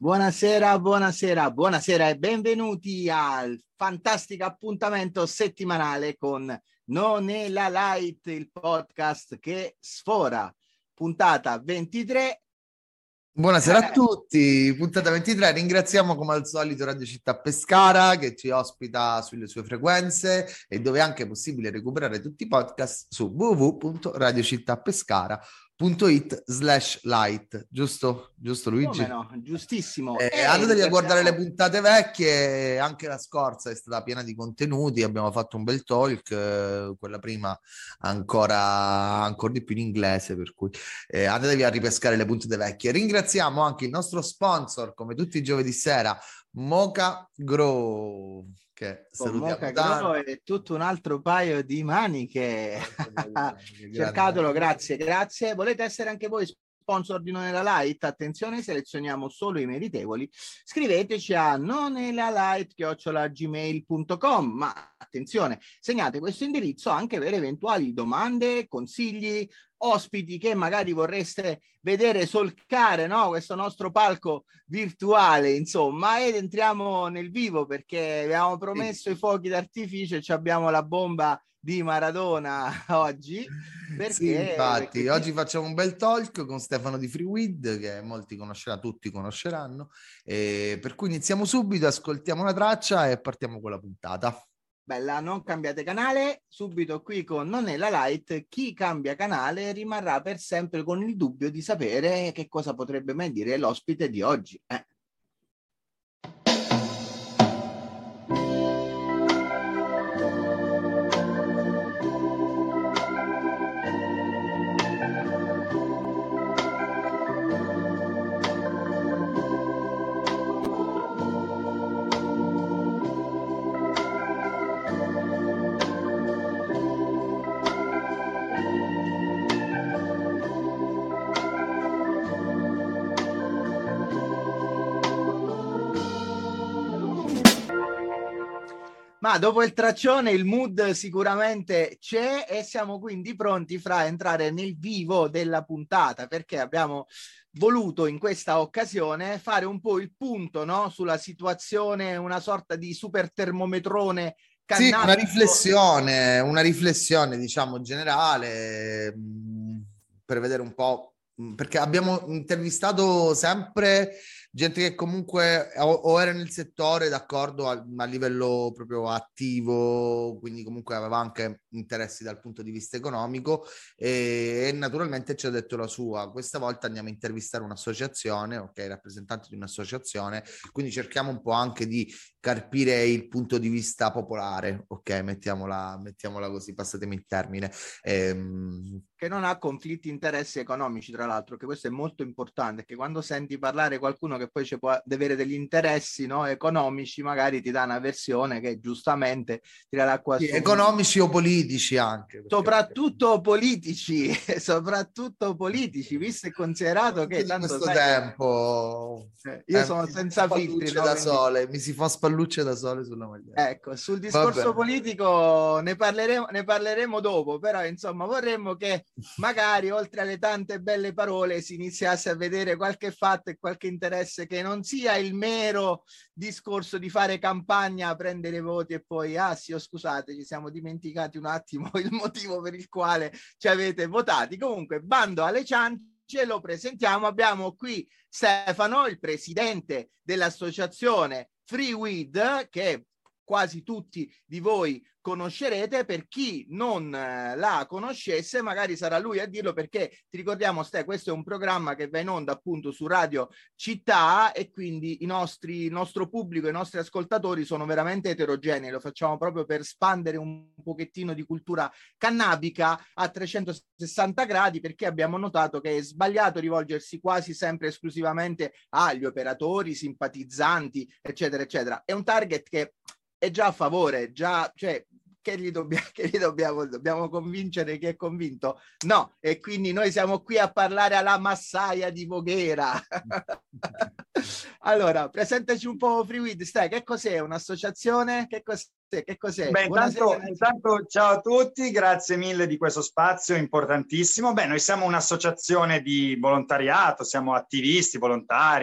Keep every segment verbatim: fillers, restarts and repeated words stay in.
Buonasera, buonasera, buonasera e benvenuti al fantastico appuntamento settimanale con Non è la Light, il podcast che sfora. Puntata ventitré. Buonasera a tutti, puntata ventitré. Ringraziamo come al solito Radio Città Pescara che ci ospita sulle sue frequenze e dove è anche possibile recuperare tutti i podcast su w w w punto radiocittapescara punto it slash light, giusto? Giusto Luigi? Come no, giustissimo. Eh, e andatevi a guardare le ringraziamo... puntate vecchie, anche la scorsa è stata piena di contenuti, abbiamo fatto un bel talk, eh, quella prima ancora, ancora di più in inglese, per cui eh, andatevi a ripescare le puntate vecchie. Ringraziamo anche il nostro sponsor, come tutti i giovedì sera, Mocha Grow, che Con salutiamo Mocha tanto. Grow e tutto un altro paio di maniche. Cercatelo, grazie, grazie. Volete essere anche voi sponsor di Non è la Light? Attenzione, selezioniamo solo i meritevoli. Scriveteci a nonelalight chiocciola gmail punto com, ma attenzione, segnate questo indirizzo anche per eventuali domande, consigli, ospiti che magari vorreste vedere solcare, no? Questo nostro palco virtuale, insomma, ed entriamo nel vivo perché abbiamo promesso i fuochi d'artificio e ci abbiamo la bomba di Maradona oggi. Perché, sì, infatti, perché oggi facciamo un bel talk con Stefano di Freeweed, che molti conosceranno, tutti conosceranno, e per cui iniziamo subito, ascoltiamo una traccia e partiamo con la puntata. Bella, non cambiate canale, subito qui con Non è la Light. Chi cambia canale rimarrà per sempre con il dubbio di sapere che cosa potrebbe mai dire l'ospite di oggi. Eh. Ma dopo il traccione il mood sicuramente c'è e siamo quindi pronti fra entrare nel vivo della puntata, perché abbiamo voluto in questa occasione fare un po' il punto, no? Sulla situazione, una sorta di super termometrone cannabico. Sì, una riflessione, una riflessione diciamo generale mh, per vedere un po', mh, perché abbiamo intervistato sempre gente che comunque o, o era nel settore d'accordo a, a livello proprio attivo, quindi comunque aveva anche interessi dal punto di vista economico e, e naturalmente ci ha detto la sua. Questa volta andiamo a intervistare un'associazione, ok, rappresentante di un'associazione, quindi cerchiamo un po' anche di carpire il punto di vista popolare, ok, mettiamola, mettiamola così, passatemi il termine. Ehm... Che non ha conflitti interessi economici, tra l'altro, che questo è molto importante, che quando senti parlare qualcuno che poi ci può avere degli interessi, no, economici, magari ti dà una versione che giustamente tira l'acqua sì, su. economici o politici anche. Soprattutto politici, soprattutto politici, visto e considerato che di tanto questo sai tempo che, eh, io eh, sono mi senza filtri, no? da Quindi... sole, mi si fa spallucce da sole sulla maglietta. Ecco, sul discorso politico ne parleremo, ne parleremo dopo, però insomma vorremmo che magari oltre alle tante belle parole si iniziasse a vedere qualche fatto e qualche interesse che non sia il mero discorso di fare campagna, prendere voti e poi, ah sì, oh, scusate, ci siamo dimenticati un attimo il motivo per il quale ci avete votati. Comunque, bando alle ciance, lo presentiamo. Abbiamo qui Stefano, il presidente dell'associazione Freeweed, che quasi tutti di voi conoscerete. Per chi non eh, la conoscesse magari sarà lui a dirlo, perché ti ricordiamo, Ste, questo è un programma che va in onda appunto su Radio Città e quindi i nostri, il nostro pubblico, i nostri ascoltatori sono veramente eterogenei. Lo facciamo proprio per spandere un pochettino di cultura cannabica a trecentosessanta gradi, perché abbiamo notato che è sbagliato rivolgersi quasi sempre esclusivamente agli operatori, simpatizzanti, eccetera eccetera. È un target che è già a favore, già, cioè, che gli, dobbia, che gli dobbiamo, dobbiamo convincere chi è convinto? No, e quindi noi siamo qui a parlare alla massaia di Voghera. Allora, presentaci un po' Freeweed, stai, che cos'è? Un'associazione? Che cos'è? Che cos'è? Beh, intanto, intanto ciao a tutti, grazie mille di questo spazio importantissimo. Beh, noi siamo un'associazione di volontariato, siamo attivisti, volontari,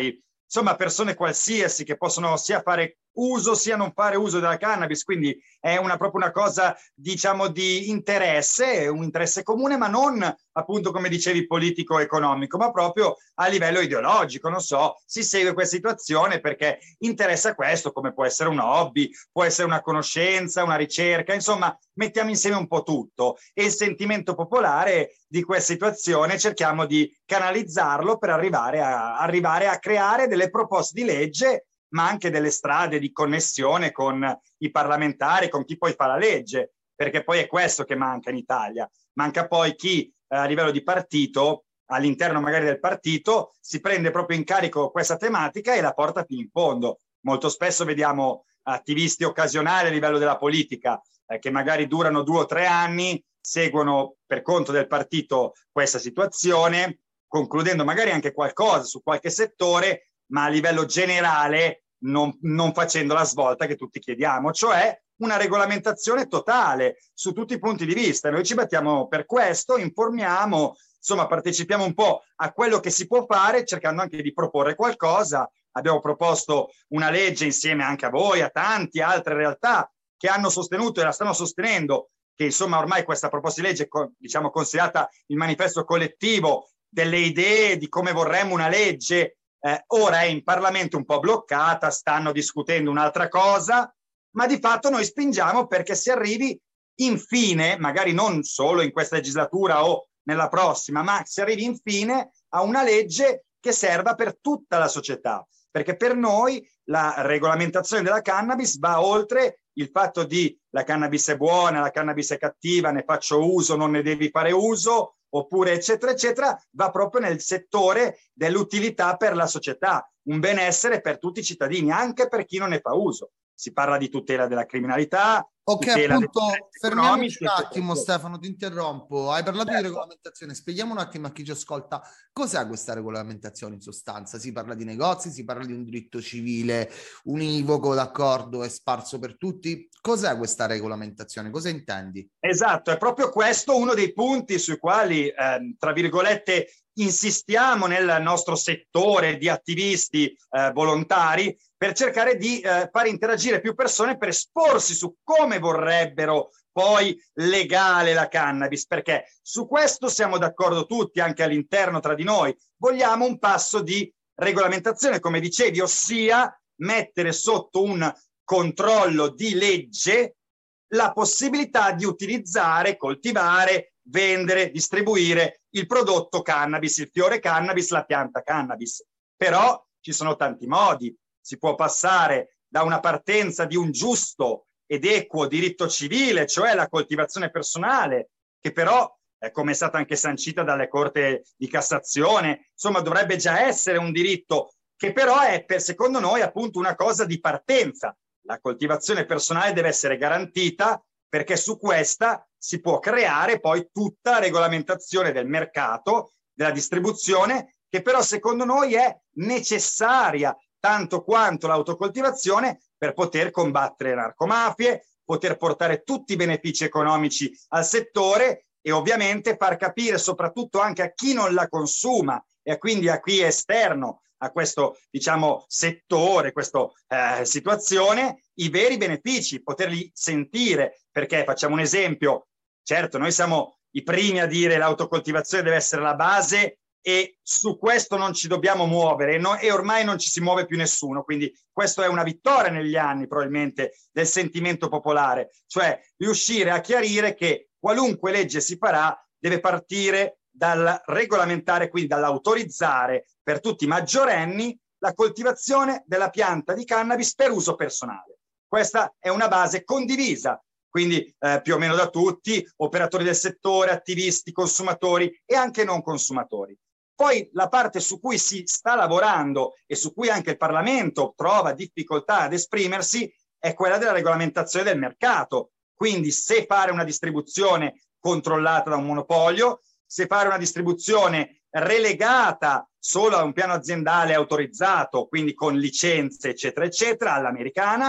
insomma persone qualsiasi che possono sia fare uso sia non fare uso della cannabis, quindi è una, proprio una cosa, diciamo, di interesse, un interesse comune, ma non appunto come dicevi politico-economico, ma proprio a livello ideologico. Non so, si segue questa situazione perché interessa questo, come può essere un hobby, può essere una conoscenza, una ricerca, insomma mettiamo insieme un po' tutto, e il sentimento popolare di questa situazione cerchiamo di canalizzarlo per arrivare a, arrivare a creare delle proposte di legge, ma anche delle strade di connessione con i parlamentari, con chi poi fa la legge, perché poi è questo che manca in Italia. Manca poi chi eh, a livello di partito, all'interno magari del partito, si prende proprio in carico questa tematica e la porta fino in fondo. Molto spesso vediamo attivisti occasionali a livello della politica eh, che magari durano due o tre anni, seguono per conto del partito questa situazione, concludendo magari anche qualcosa su qualche settore, ma a livello generale non, non facendo la svolta che tutti chiediamo, cioè una regolamentazione totale su tutti i punti di vista. Noi ci battiamo per questo, informiamo, insomma partecipiamo un po' a quello che si può fare, cercando anche di proporre qualcosa. Abbiamo proposto una legge insieme anche a voi, a tanti altre realtà che hanno sostenuto e la stanno sostenendo, che insomma ormai questa proposta di legge è, diciamo, considerata il manifesto collettivo delle idee di come vorremmo una legge. Eh, ora è in Parlamento un po' bloccata, stanno discutendo un'altra cosa, ma di fatto noi spingiamo perché si arrivi infine, magari non solo in questa legislatura o nella prossima, ma si arrivi infine a una legge che serva per tutta la società, perché per noi la regolamentazione della cannabis va oltre il fatto di la cannabis è buona, la cannabis è cattiva, ne faccio uso, non ne devi fare uso, oppure eccetera eccetera, va proprio nel settore dell'utilità per la società, un benessere per tutti i cittadini, anche per chi non ne fa uso. Si parla di tutela della criminalità. Ok, appunto, fermiamoci un attimo, Stefano, ti interrompo. Hai parlato certo. di regolamentazione, spieghiamo un attimo a chi ci ascolta cos'è questa regolamentazione in sostanza. Si parla di negozi, si parla di un diritto civile univoco, d'accordo, è sparso per tutti. Cos'è questa regolamentazione? Cosa intendi? Esatto, è proprio questo uno dei punti sui quali, eh, tra virgolette, insistiamo nel nostro settore di attivisti eh, volontari, per cercare di eh, far interagire più persone, per esporsi su come vorrebbero poi legale la cannabis, perché su questo siamo d'accordo tutti, anche all'interno tra di noi. Vogliamo un passo di regolamentazione, come dicevi, ossia mettere sotto un controllo di legge la possibilità di utilizzare, coltivare, vendere, distribuire il prodotto cannabis, il fiore cannabis, la pianta cannabis. Però ci sono tanti modi. Si può passare da una partenza di un giusto ed equo diritto civile, cioè la coltivazione personale, che però, eh, come è stata anche sancita dalle Corte di Cassazione, insomma dovrebbe già essere un diritto, che però è, per secondo noi, appunto una cosa di partenza. La coltivazione personale deve essere garantita, perché su questa si può creare poi tutta la regolamentazione del mercato, della distribuzione, che però secondo noi è necessaria tanto quanto l'autocoltivazione per poter combattere le narcomafie, poter portare tutti i benefici economici al settore e ovviamente far capire soprattutto anche a chi non la consuma e quindi a chi è esterno a questo, diciamo, settore, questa eh, situazione, i veri benefici, poterli sentire, perché facciamo un esempio, certo noi siamo i primi a dire l'autocoltivazione deve essere la base e su questo non ci dobbiamo muovere no? E ormai non ci si muove più nessuno, quindi questo è una vittoria negli anni probabilmente del sentimento popolare, cioè riuscire a chiarire che qualunque legge si farà deve partire dal regolamentare, quindi dall'autorizzare per tutti i maggiorenni la coltivazione della pianta di cannabis per uso personale. Questa è una base condivisa, quindi eh, più o meno da tutti, operatori del settore, attivisti, consumatori e anche non consumatori. Poi la parte su cui si sta lavorando e su cui anche il Parlamento trova difficoltà ad esprimersi è quella della regolamentazione del mercato. Quindi se fare una distribuzione controllata da un monopolio, se fare una distribuzione relegata solo a un piano aziendale autorizzato, quindi con licenze eccetera eccetera, all'americana,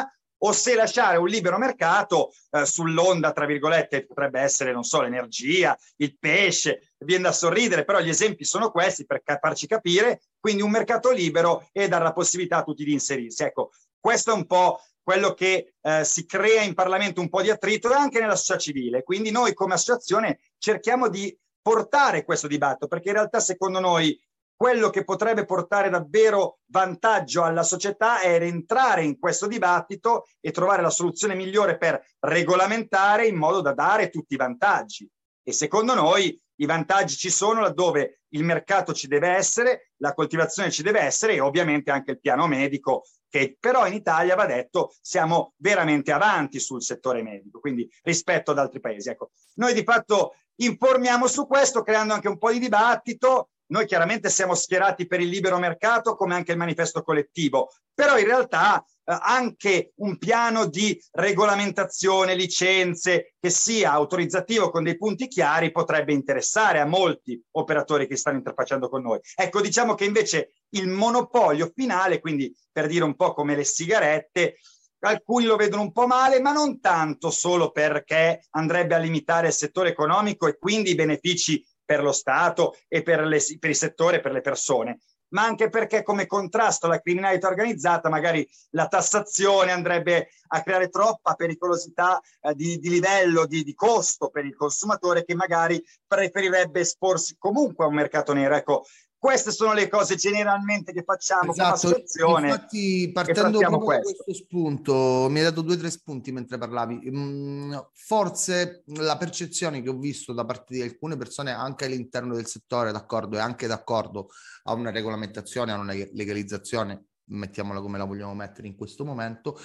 o se lasciare un libero mercato eh, sull'onda, tra virgolette, potrebbe essere, non so, l'energia, il pesce, viene da sorridere, però gli esempi sono questi per farci capire, quindi un mercato libero e dare la possibilità a tutti di inserirsi. Ecco, questo è un po' quello che eh, si crea in Parlamento, un po' di attrito e anche nella società civile. Quindi noi come associazione cerchiamo di portare questo dibattito, perché in realtà secondo noi quello che potrebbe portare davvero vantaggio alla società è entrare in questo dibattito e trovare la soluzione migliore per regolamentare in modo da dare tutti i vantaggi. E secondo noi i vantaggi ci sono laddove il mercato ci deve essere, la coltivazione ci deve essere e ovviamente anche il piano medico, che però in Italia, va detto, siamo veramente avanti sul settore medico, quindi rispetto ad altri paesi. Ecco, noi di fatto informiamo su questo, creando anche un po' di dibattito. Noi chiaramente siamo schierati per il libero mercato, come anche il manifesto collettivo, però in realtà eh, anche un piano di regolamentazione, licenze, che sia autorizzativo con dei punti chiari, potrebbe interessare a molti operatori che stanno interfacciando con noi. Ecco, diciamo che invece il monopolio finale, quindi per dire un po' come le sigarette, alcuni lo vedono un po' male, ma non tanto solo perché andrebbe a limitare il settore economico e quindi i benefici per lo Stato e per, le, per il settore, per le persone, ma anche perché come contrasto alla criminalità organizzata magari la tassazione andrebbe a creare troppa pericolosità eh, di, di livello, di, di costo per il consumatore, che magari preferirebbe esporsi comunque a un mercato nero. Ecco, queste sono le cose generalmente che facciamo, esatto, come associazione. Infatti, partendo proprio da questo. questo spunto, mi hai dato due o tre spunti mentre parlavi. Mm, forse la percezione che ho visto da parte di alcune persone anche all'interno del settore, d'accordo, e anche d'accordo a una regolamentazione, a una legalizzazione, mettiamola come la vogliamo mettere in questo momento,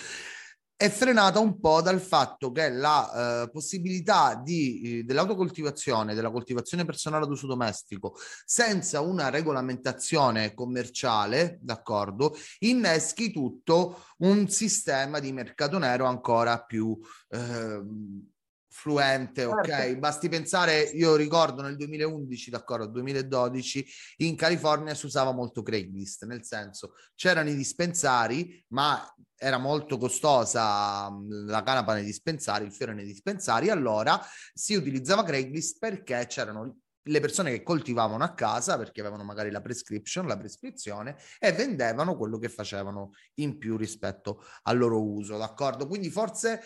è frenata un po' dal fatto che la eh, possibilità di, eh, dell'autocoltivazione, della coltivazione personale ad uso domestico, senza una regolamentazione commerciale, d'accordo, inneschi tutto un sistema di mercato nero ancora più eh, fluente, ok? Certo. Basti pensare, io ricordo nel duemilaundici, d'accordo, duemiladodici, in California si usava molto Craigslist, nel senso c'erano i dispensari, ma era molto costosa la canapa nei dispensari, il fiore nei dispensari, allora si utilizzava Craigslist perché c'erano le persone che coltivavano a casa, perché avevano magari la prescription, la prescrizione, e vendevano quello che facevano in più rispetto al loro uso, d'accordo? Quindi forse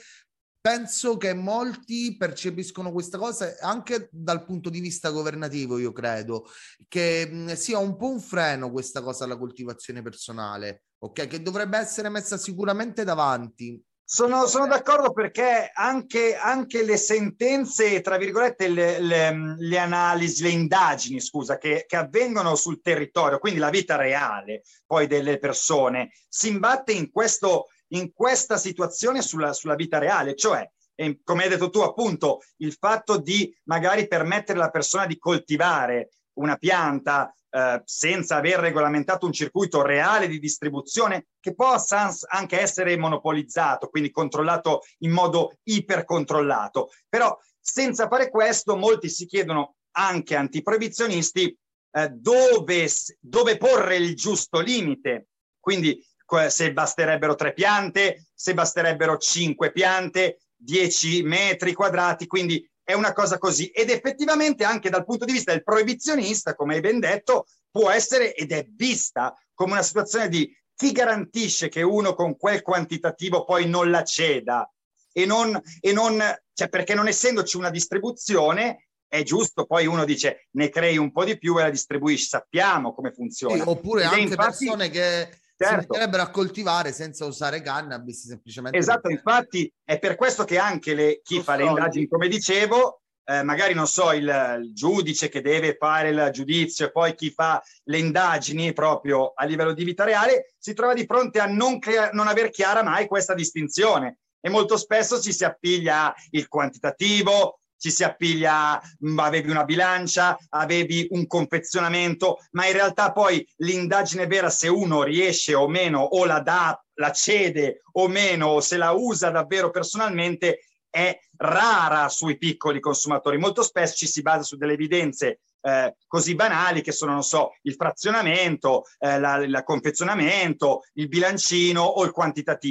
penso che molti percepiscono questa cosa anche dal punto di vista governativo, io credo, che mh, sia un po' un freno questa cosa alla coltivazione personale, ok? Che dovrebbe essere messa sicuramente davanti. Sono, sono d'accordo, perché anche, anche le sentenze, tra virgolette, le, le, le analisi, le indagini, scusa, che, che avvengono sul territorio, quindi la vita reale poi delle persone, si imbatte in questo in questa situazione sulla, sulla vita reale, cioè, eh, come hai detto tu appunto, il fatto di magari permettere alla persona di coltivare una pianta eh, senza aver regolamentato un circuito reale di distribuzione che possa anche essere monopolizzato, quindi controllato in modo ipercontrollato. Però senza fare questo molti si chiedono, anche antiproibizionisti, eh, dove, dove porre il giusto limite, quindi se basterebbero tre piante, se basterebbero cinque piante, dieci metri quadrati, quindi è una cosa così. Ed effettivamente anche dal punto di vista del proibizionista, come hai ben detto, può essere ed è vista come una situazione di chi garantisce che uno con quel quantitativo poi non la ceda, e non, e non cioè perché non essendoci una distribuzione è giusto, poi uno dice ne crei un po' di più e la distribuisci, sappiamo come funziona. Sì, oppure ed anche infatti, persone che certo, si metterebbero a coltivare senza usare cannabis, semplicemente. Esatto, perché... infatti è per questo che anche le, chi fa le indagini, come dicevo, eh, magari non so, il, il giudice che deve fare il giudizio e poi chi fa le indagini proprio a livello di vita reale si trova di fronte a non, crea- non aver chiara mai questa distinzione, e molto spesso ci si appiglia il quantitativo, ci si appiglia, avevi una bilancia, avevi un confezionamento, ma in realtà poi l'indagine vera, se uno riesce o meno, o la dà, la cede o meno, o se la usa davvero personalmente, è rara sui piccoli consumatori. Molto spesso ci si basa su delle evidenze eh, così banali che sono, non so, il frazionamento, eh, la, il confezionamento, il bilancino o il quantitativo.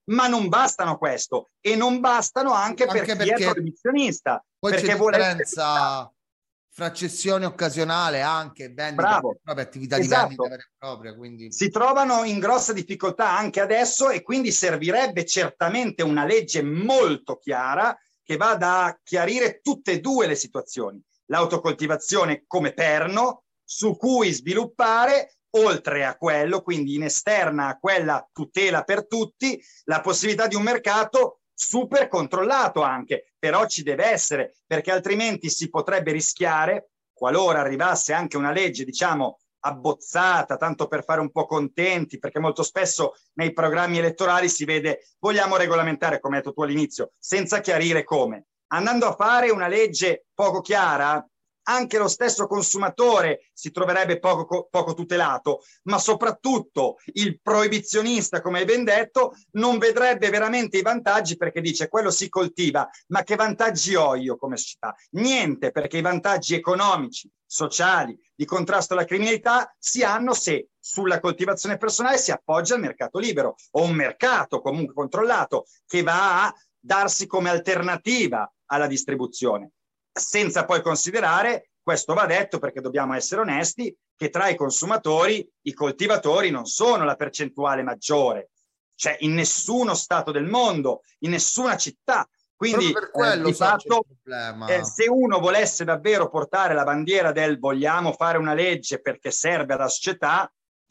Ma non bastano questo, e non bastano anche, Anche per chi perché è proibizionista. Poi perché c'è vuole differenza fra cessione occasionale anche, vendita, bravo, propria attività esatto. di vendita vera e propria. Quindi si trovano in grossa difficoltà anche adesso, e quindi servirebbe certamente una legge molto chiara che vada a chiarire tutte e due le situazioni. L'autocoltivazione come perno su cui sviluppare, oltre a quello, quindi in esterna a quella tutela per tutti, la possibilità di un mercato super controllato anche, però ci deve essere, perché altrimenti si potrebbe rischiare, qualora arrivasse anche una legge, diciamo, abbozzata, tanto per fare un po' contenti, perché molto spesso nei programmi elettorali si vede vogliamo regolamentare, come hai detto tu all'inizio, senza chiarire come. Andando a fare una legge poco chiara, anche lo stesso consumatore si troverebbe poco, poco tutelato, ma soprattutto il proibizionista, come hai ben detto, non vedrebbe veramente i vantaggi, perché dice quello si coltiva, ma che vantaggi ho io come società? Niente, perché i vantaggi economici, sociali, di contrasto alla criminalità si hanno se sulla coltivazione personale si appoggia al mercato libero, o un mercato comunque controllato che va a darsi come alternativa alla distribuzione. Senza poi considerare, questo va detto perché dobbiamo essere onesti, che tra i consumatori i coltivatori non sono la percentuale maggiore, cioè in nessuno stato del mondo, in nessuna città. Quindi per quello eh, di fatto eh, se uno volesse davvero portare la bandiera del vogliamo fare una legge perché serve alla società,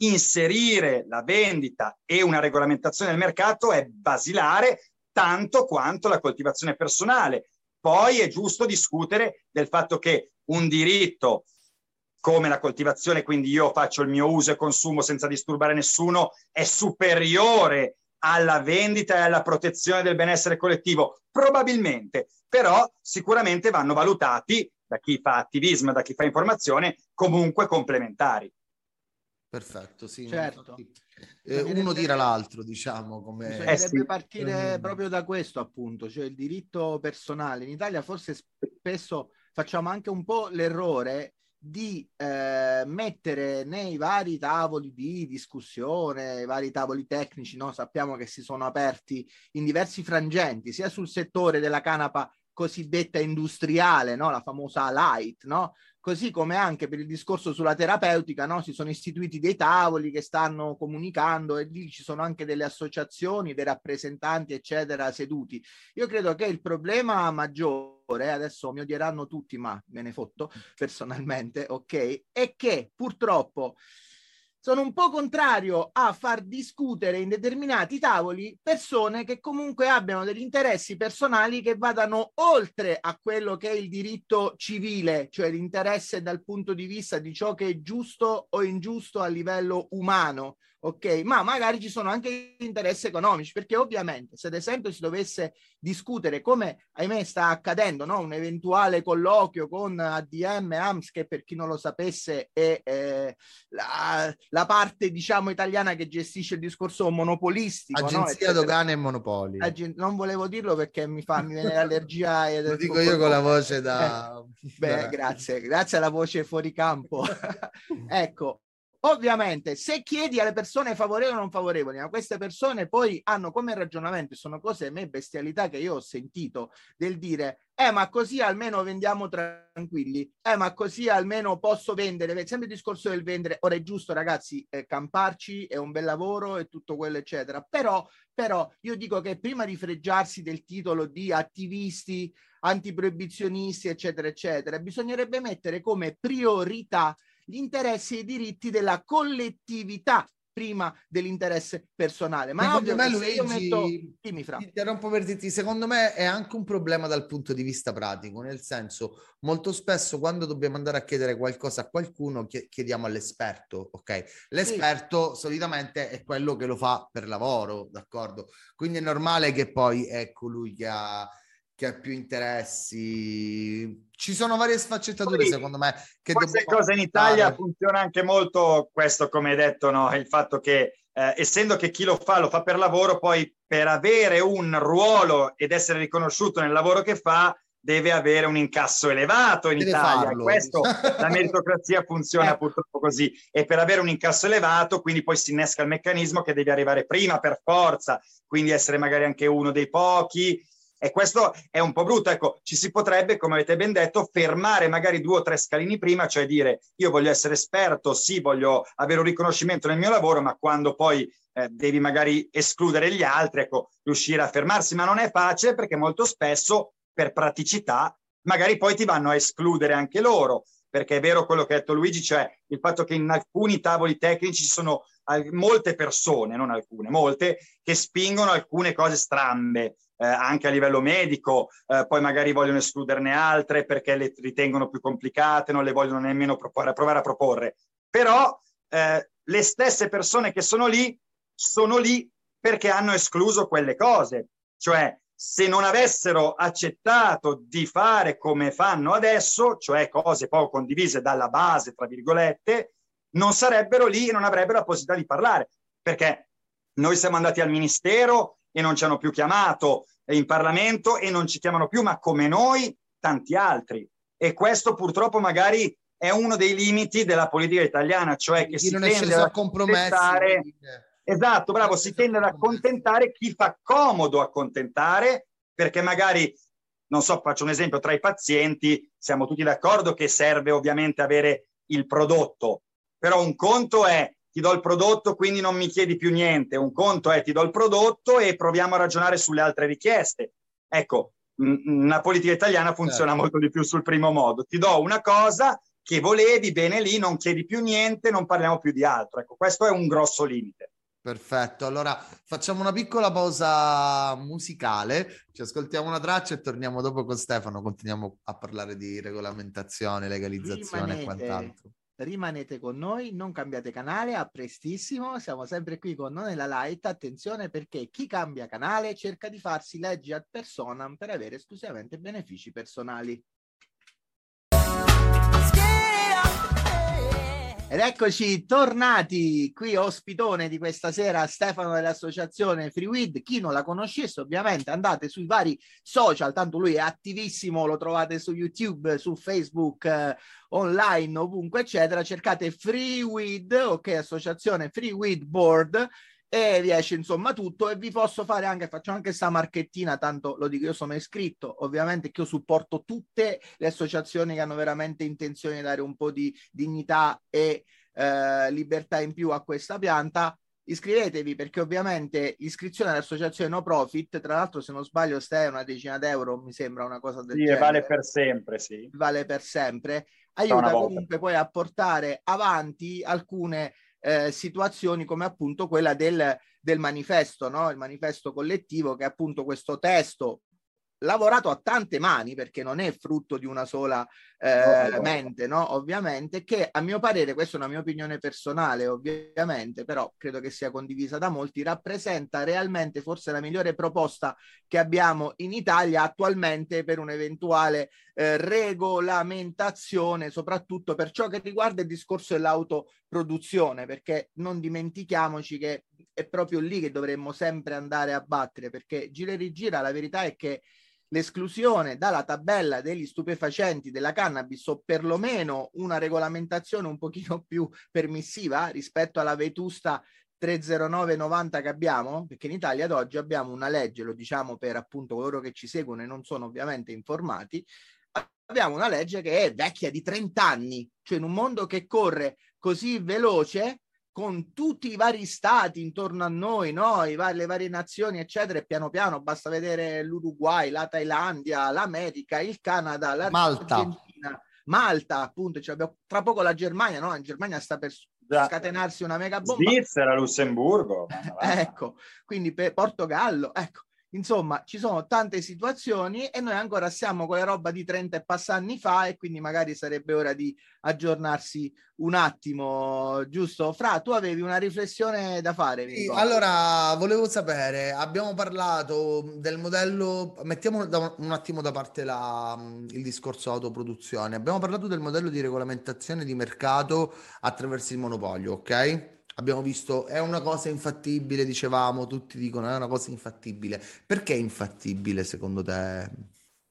inserire la vendita e una regolamentazione del mercato è basilare tanto quanto la coltivazione personale. Poi è giusto discutere del fatto che un diritto come la coltivazione, quindi io faccio il mio uso e consumo senza disturbare nessuno, è superiore alla vendita e alla protezione del benessere collettivo? Probabilmente, però sicuramente vanno valutati da chi fa attivismo, da chi fa informazione, comunque complementari. Perfetto, sì. Certo. Infatti, eh, uno tira l'altro, diciamo. Come... Bisognerebbe Eh sì. partire proprio da questo, appunto, cioè il diritto personale. In Italia forse spesso facciamo anche un po' l'errore di eh, mettere nei vari tavoli di discussione, i vari tavoli tecnici, no? Sappiamo che si sono aperti in diversi frangenti, sia sul settore della canapa cosiddetta industriale, no? La famosa light, no? Così come anche per il discorso sulla terapeutica, no? Si sono istituiti dei tavoli che stanno comunicando, e lì ci sono anche delle associazioni, dei rappresentanti, eccetera, seduti. Io credo che il problema maggiore, adesso mi odieranno tutti, ma me ne fotto personalmente, ok, è che purtroppo sono un po' contrario a far discutere in determinati tavoli persone che comunque abbiano degli interessi personali che vadano oltre a quello che è il diritto civile, cioè l'interesse dal punto di vista di ciò che è giusto o ingiusto a livello umano, ok? Ma magari ci sono anche interessi economici, perché ovviamente se ad esempio si dovesse discutere, come ahimè sta accadendo, no? Un eventuale colloquio con A D M, A M S, che per chi non lo sapesse è eh, la, la parte, diciamo, italiana che gestisce il discorso monopolistico, Agenzia no? Dogane e Monopoli. Agen- non volevo dirlo perché mi fa mi viene l'allergia e lo dico io con la voce da eh, beh, grazie, grazie alla voce fuori campo. Ecco, ovviamente se chiedi alle persone favorevoli o non favorevoli, ma queste persone poi hanno come ragionamento, sono cose, me bestialità che io ho sentito, del dire eh ma così almeno vendiamo tranquilli, eh ma così almeno posso vendere, sempre il discorso del vendere. Ora è giusto, ragazzi, eh, camparci è un bel lavoro e tutto quello eccetera, però però io dico che prima di fregiarsi del titolo di attivisti antiproibizionisti eccetera eccetera, bisognerebbe mettere come priorità gli interessi e i diritti della collettività prima dell'interesse personale. Ma secondo ovvio me, che Luigi, se io metto... Dimmi, Fra. ti interrompo per dirti, secondo me è anche un problema dal punto di vista pratico, nel senso, molto spesso quando dobbiamo andare a chiedere qualcosa a qualcuno chiediamo all'esperto, ok? L'esperto sì. solitamente è quello che lo fa per lavoro, d'accordo? Quindi è normale che poi è colui che ha che ha più interessi. Ci sono varie sfaccettature, poi, secondo me, che queste cose in Italia funziona anche molto questo, come hai detto, no? Il fatto che eh, essendo che chi lo fa lo fa per lavoro, poi per avere un ruolo ed essere riconosciuto nel lavoro che fa deve avere un incasso elevato in Deve Italia. farlo. Questo, la meritocrazia funziona Eh. purtroppo così. E per avere un incasso elevato, quindi poi si innesca il meccanismo che devi arrivare prima per forza, quindi essere magari anche uno dei pochi. E questo è un po' brutto. Ecco, ci si potrebbe, come avete ben detto, fermare magari due o tre scalini prima, cioè dire io voglio essere esperto, sì, voglio avere un riconoscimento nel mio lavoro, ma quando poi eh, devi magari escludere gli altri, ecco, riuscire a fermarsi. Ma non è facile, perché molto spesso per praticità magari poi ti vanno a escludere anche loro, perché è vero quello che ha detto Luigi, cioè il fatto che in alcuni tavoli tecnici ci sono molte persone, non alcune, molte, che spingono alcune cose strambe, eh, anche a livello medico, eh, poi magari vogliono escluderne altre perché le ritengono più complicate, non le vogliono nemmeno provare, provare a proporre. Però eh, le stesse persone che sono lì, sono lì perché hanno escluso quelle cose. Cioè, se non avessero accettato di fare come fanno adesso, cioè cose poco condivise dalla base, tra virgolette, non sarebbero lì e non avrebbero la possibilità di parlare, perché noi siamo andati al ministero e non ci hanno più chiamato, in Parlamento e non ci chiamano più, ma come noi tanti altri. E questo purtroppo magari è uno dei limiti della politica italiana, cioè che Chi si non è tende sceso ad a compromessi. accettare... Quindi... Esatto, bravo, si tende ad accontentare chi fa comodo accontentare, perché magari, non so, faccio un esempio, tra i pazienti siamo tutti d'accordo che serve ovviamente avere il prodotto, però un conto è ti do il prodotto quindi non mi chiedi più niente, un conto è ti do il prodotto e proviamo a ragionare sulle altre richieste. Ecco, una politica italiana funziona certo. molto di più sul primo modo, ti do una cosa che volevi, bene lì, non chiedi più niente, non parliamo più di altro. Ecco, questo è un grosso limite. Perfetto, allora facciamo una piccola pausa musicale, ci ascoltiamo una traccia e torniamo dopo con Stefano, continuiamo a parlare di regolamentazione, legalizzazione rimanete, e quant'altro. Rimanete con noi, non cambiate canale, a prestissimo, siamo sempre qui con Non è la Light, attenzione perché chi cambia canale cerca di farsi legge ad personam per avere esclusivamente benefici personali. Ed eccoci tornati qui, ospitone di questa sera Stefano dell'associazione FreeWeed. Chi non la conoscesse ovviamente andate sui vari social, tanto lui è attivissimo, lo trovate su YouTube, su Facebook, eh, online, ovunque eccetera, cercate FreeWeed, ok, associazione FreeWeed Board, e vi esce insomma tutto. E vi posso fare anche, faccio anche sta marchettina, tanto lo dico, io sono iscritto, ovviamente che io supporto tutte le associazioni che hanno veramente intenzione di dare un po' di dignità e eh, libertà in più a questa pianta. Iscrivetevi, perché ovviamente l'iscrizione all'associazione no profit, tra l'altro se non sbaglio stai una decina d'euro, mi sembra una cosa del sì, genere, vale per sempre, sì. Vale per sempre, aiuta comunque poi a portare avanti alcune Eh, situazioni come appunto quella del, del manifesto, no? Il manifesto collettivo, che è appunto questo testo lavorato a tante mani, perché non è frutto di una sola eh, no, mente, no? Ovviamente, che a mio parere, questa è una mia opinione personale ovviamente, però credo che sia condivisa da molti, rappresenta realmente forse la migliore proposta che abbiamo in Italia attualmente per un'eventuale eh, regolamentazione, soprattutto per ciò che riguarda il discorso dell'autoproduzione, perché non dimentichiamoci che è proprio lì che dovremmo sempre andare a battere, perché gira e rigira la verità è che l'esclusione dalla tabella degli stupefacenti della cannabis, o perlomeno una regolamentazione un pochino più permissiva rispetto alla vetusta trecentonove novanta che abbiamo, perché in Italia ad oggi abbiamo una legge, lo diciamo per appunto coloro che ci seguono e non sono ovviamente informati, abbiamo una legge che è vecchia di trenta anni, cioè in un mondo che corre così veloce, con tutti i vari stati intorno a noi, no? I vari, le varie nazioni, eccetera, e piano piano basta vedere l'Uruguay, la Thailandia, l'America, il Canada, l'Argentina, Malta, Malta appunto, cioè abbiamo, tra poco la Germania, no? La Germania sta per Già. scatenarsi una mega bomba. Svizzera, Lussemburgo. Ecco, quindi per Portogallo, ecco. Insomma, ci sono tante situazioni e noi ancora siamo con la roba di trenta e passa anni fa, e quindi magari sarebbe ora di aggiornarsi un attimo, giusto? Fra, tu avevi una riflessione da fare. Sì, allora, volevo sapere, abbiamo parlato del modello, mettiamo da un attimo da parte la, il discorso autoproduzione, abbiamo parlato del modello di regolamentazione di mercato attraverso il monopolio, ok? Abbiamo visto, è una cosa infattibile, dicevamo, tutti dicono è una cosa infattibile. Perché è infattibile secondo te?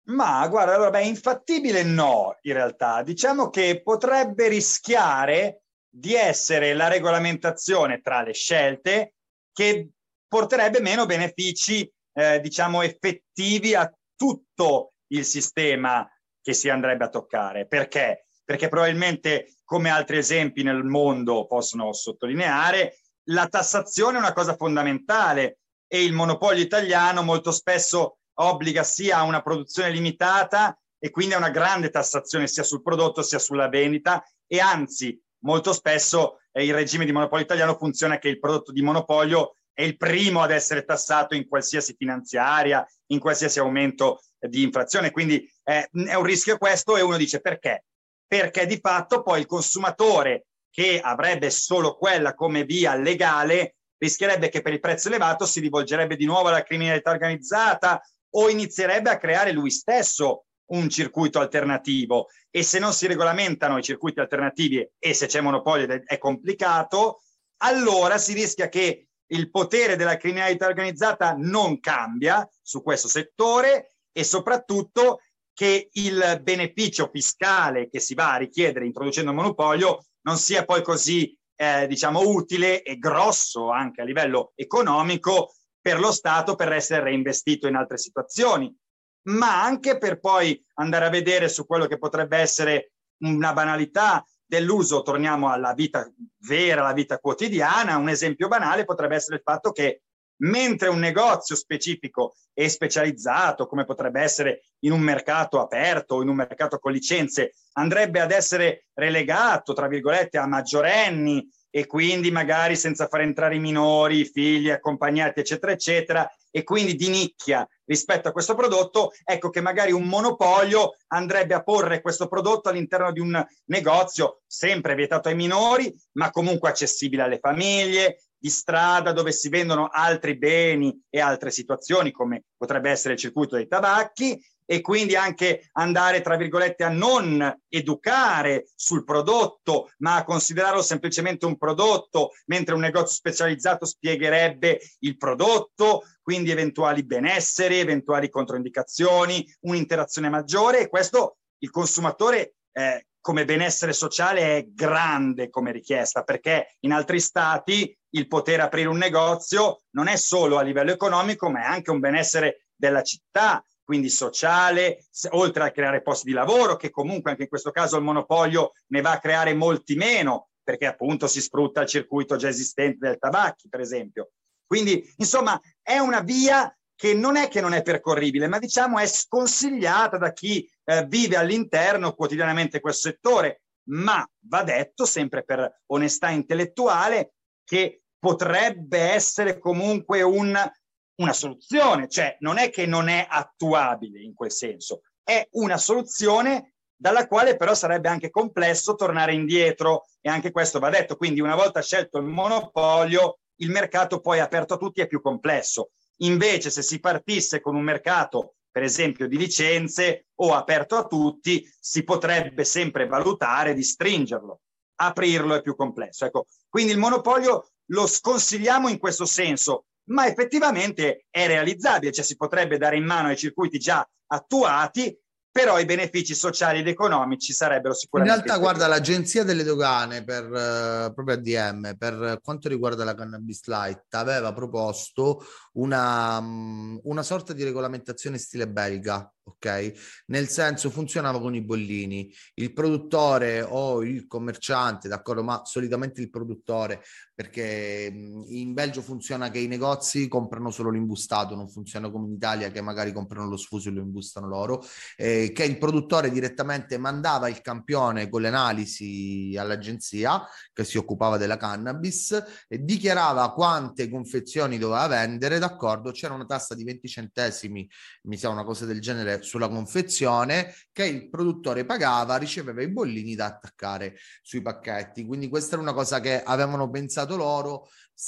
Ma guarda, allora, beh, infattibile no, in realtà. Diciamo che potrebbe rischiare di essere la regolamentazione tra le scelte che porterebbe meno benefici, eh, diciamo, effettivi a tutto il sistema che si andrebbe a toccare. Perché? Perché probabilmente, come altri esempi nel mondo possono sottolineare, la tassazione è una cosa fondamentale e il monopolio italiano molto spesso obbliga sia a una produzione limitata e quindi a una grande tassazione sia sul prodotto sia sulla vendita, e anzi molto spesso eh, il regime di monopolio italiano funziona che il prodotto di monopolio è il primo ad essere tassato in qualsiasi finanziaria, in qualsiasi aumento eh, di inflazione, quindi eh, è un rischio questo, e uno dice perché? Perché di fatto poi il consumatore, che avrebbe solo quella come via legale, rischierebbe che per il prezzo elevato si rivolgerebbe di nuovo alla criminalità organizzata o inizierebbe a creare lui stesso un circuito alternativo, e se non si regolamentano i circuiti alternativi e se c'è monopolio ed è complicato, allora si rischia che il potere della criminalità organizzata non cambia su questo settore, e soprattutto che il beneficio fiscale che si va a richiedere introducendo il monopolio non sia poi così eh, diciamo utile e grosso anche a livello economico per lo Stato, per essere reinvestito in altre situazioni, ma anche per poi andare a vedere su quello che potrebbe essere una banalità dell'uso. Torniamo alla vita vera, alla vita quotidiana. Un esempio banale potrebbe essere il fatto che mentre un negozio specifico e specializzato, come potrebbe essere in un mercato aperto o in un mercato con licenze, andrebbe ad essere relegato, tra virgolette, a maggiorenni, e quindi magari senza far entrare i minori, i figli accompagnati, eccetera, eccetera, e quindi di nicchia rispetto a questo prodotto, ecco che magari un monopolio andrebbe a porre questo prodotto all'interno di un negozio sempre vietato ai minori, ma comunque accessibile alle famiglie, di strada, dove si vendono altri beni e altre situazioni, come potrebbe essere il circuito dei tabacchi, e quindi anche andare, tra virgolette, a non educare sul prodotto, ma a considerarlo semplicemente un prodotto, mentre un negozio specializzato spiegherebbe il prodotto, quindi eventuali benesseri, eventuali controindicazioni, un'interazione maggiore, e questo il consumatore eh, come benessere sociale è grande come richiesta, perché in altri stati il poter aprire un negozio non è solo a livello economico, ma è anche un benessere della città, quindi sociale, oltre a creare posti di lavoro, che comunque anche in questo caso il monopolio ne va a creare molti meno, perché appunto si sfrutta il circuito già esistente del tabacchi, per esempio. Quindi, insomma, è una via che non è che non è percorribile, ma diciamo è sconsigliata da chi eh, vive all'interno quotidianamente questo settore, ma va detto sempre per onestà intellettuale che potrebbe essere comunque un, una soluzione, cioè non è che non è attuabile in quel senso, è una soluzione dalla quale però sarebbe anche complesso tornare indietro, e anche questo va detto. Quindi una volta scelto il monopolio, il mercato poi aperto a tutti è più complesso. Invece se si partisse con un mercato, per esempio, di licenze o aperto a tutti, si potrebbe sempre valutare di stringerlo. Aprirlo è più complesso. Ecco, quindi il monopolio lo sconsigliamo in questo senso, ma effettivamente è realizzabile, cioè si potrebbe dare in mano ai circuiti già attuati, però i benefici sociali ed economici sarebbero sicuramente in realtà guarda, l'agenzia delle dogane per uh, proprio A D M per quanto riguarda la cannabis light aveva proposto una, um, una sorta di regolamentazione stile belga, ok? Nel senso, funzionava con i bollini, il produttore o il commerciante, d'accordo, ma solitamente il produttore, perché in Belgio funziona che i negozi comprano solo l'imbustato, non funziona come in Italia che magari comprano lo sfuso e lo imbustano loro, eh, che il produttore direttamente mandava il campione con le analisi all'agenzia che si occupava della cannabis e dichiarava quante confezioni doveva vendere, d'accordo, c'era una tassa di venti centesimi, mi sa una cosa del genere, sulla confezione che il produttore pagava, riceveva i bollini da attaccare sui pacchetti. Quindi questa era una cosa che avevano pensato loro.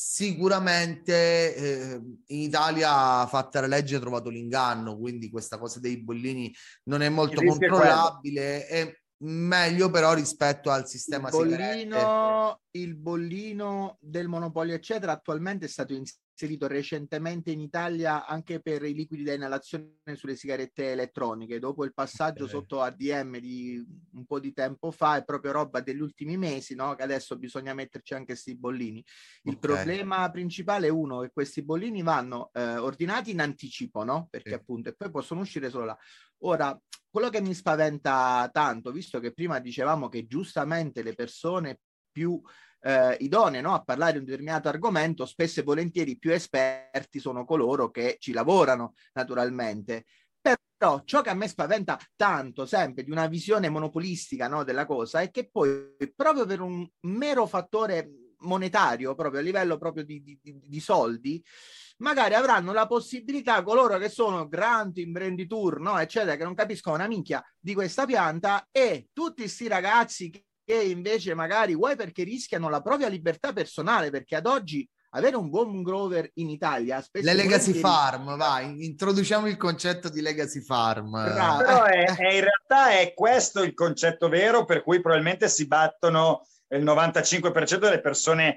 Sicuramente eh, in Italia, fatta la legge, ha trovato l'inganno, quindi questa cosa dei bollini non è molto controllabile, è, è meglio però rispetto al sistema il bollino, il bollino del monopolio eccetera attualmente è stato inserito inserito recentemente in Italia anche per i liquidi da inalazione sulle sigarette elettroniche. Dopo il passaggio okay. sotto A D M di un po' di tempo fa, è proprio roba degli ultimi mesi, no? Che adesso bisogna metterci anche questi bollini. Il okay. problema principale è uno, che questi bollini vanno eh, ordinati in anticipo, no? Perché sì. appunto, e poi possono uscire solo là. Ora, quello che mi spaventa tanto, visto che prima dicevamo che giustamente le persone più eh, idonee, no, a parlare di un determinato argomento, spesso e volentieri più esperti sono coloro che ci lavorano naturalmente. Però ciò che a me spaventa tanto sempre di una visione monopolistica, no, della cosa è che poi proprio per un mero fattore monetario, proprio a livello proprio di, di, di soldi, magari avranno la possibilità coloro che sono grandi imprenditori, no, eccetera, che non capiscono una minchia di questa pianta, e tutti sti ragazzi che che invece magari vuoi perché rischiano la propria libertà personale, perché ad oggi avere un buon grower in Italia spesso le legacy farm, vai, introduciamo il concetto di legacy farm. Bravo. Però è, è in realtà è questo il concetto vero per cui probabilmente si battono il novantacinque per cento delle persone